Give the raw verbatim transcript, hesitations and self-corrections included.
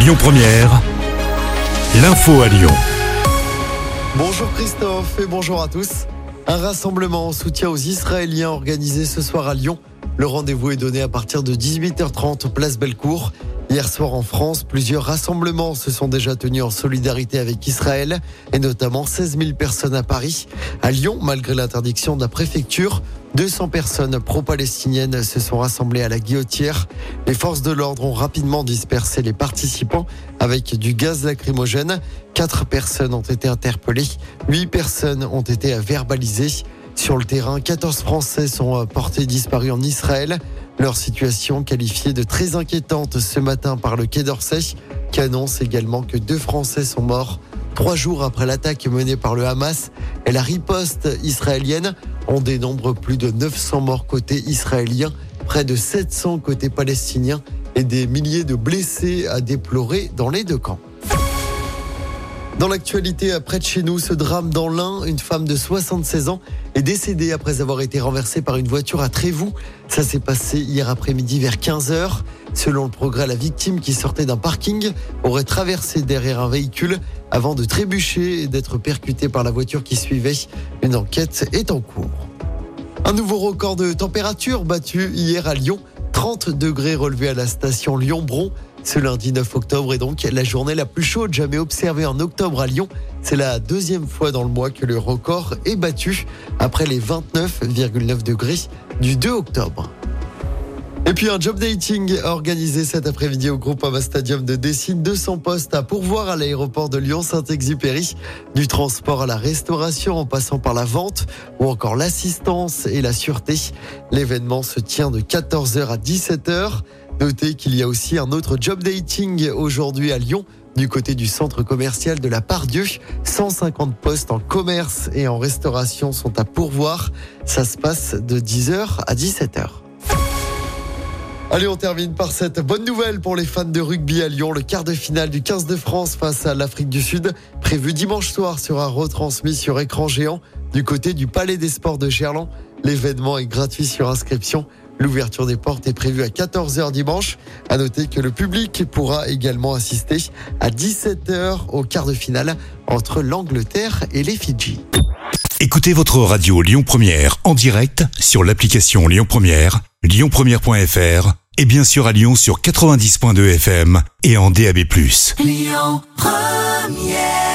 Lyon Première, l'info à Lyon. Bonjour Christophe et bonjour à tous. Un rassemblement en soutien aux Israéliens organisé ce soir à Lyon. Le rendez-vous est donné à partir de dix-huit heures trente, place Bellecour. Hier soir en France, plusieurs rassemblements se sont déjà tenus en solidarité avec Israël et notamment seize mille personnes à Paris. À Lyon, malgré l'interdiction de la préfecture, deux cents personnes pro-palestiniennes se sont rassemblées à la Guillotière. Les forces de l'ordre ont rapidement dispersé les participants avec du gaz lacrymogène. Quatre personnes ont été interpellées, huit personnes ont été verbalisées. Sur le terrain, quatorze Français sont portés disparus en Israël. Leur situation qualifiée de très inquiétante ce matin par le Quai d'Orsay, qui annonce également que deux Français sont morts trois jours après l'attaque menée par le Hamas et la riposte israélienne. On dénombre plus de neuf cents morts côté israélien, près de sept cents côté palestinien et des milliers de blessés à déplorer dans les deux camps. Dans l'actualité, près de chez nous, ce drame dans l'Ain, une femme de soixante-seize ans est décédée après avoir été renversée par une voiture à Trévoux. Ça s'est passé hier après-midi vers quinze heures. Selon le Progrès, la victime qui sortait d'un parking aurait traversé derrière un véhicule avant de trébucher et d'être percutée par la voiture qui suivait. Une enquête est en cours. Un nouveau record de température battu hier à Lyon. trente degrés relevés à la station Lyon-Bron. Ce lundi neuf octobre est donc la journée la plus chaude jamais observée en octobre à Lyon. C'est la deuxième fois dans le mois que le record est battu après les vingt-neuf virgule neuf degrés du deux octobre. Et puis un job dating organisé cet après-midi au Groupama Stadium de Dessine. deux cents postes à pourvoir à l'aéroport de Lyon-Saint-Exupéry. Du transport à la restauration en passant par la vente ou encore l'assistance et la sûreté. L'événement se tient de quatorze heures à dix-sept heures. Notez qu'il y a aussi un autre job dating aujourd'hui à Lyon, du côté du centre commercial de la Part-Dieu. cent cinquante postes en commerce et en restauration sont à pourvoir. Ça se passe de dix heures à dix-sept heures. Allez, on termine par cette bonne nouvelle pour les fans de rugby à Lyon. Le quart de finale du quinze de France face à l'Afrique du Sud, prévu dimanche soir, sera retransmis sur écran géant du côté du Palais des Sports de Gerland. L'événement est gratuit sur inscription. L'ouverture des portes est prévue à quatorze heures dimanche. À noter que le public pourra également assister à dix-sept heures au quart de finale entre l'Angleterre et les Fidji. Écoutez votre radio Lyon Première en direct sur l'application Lyon Première, lyon première point f r et bien sûr à Lyon sur quatre-vingt-dix virgule deux F M et en D A B plus. Lyon Première.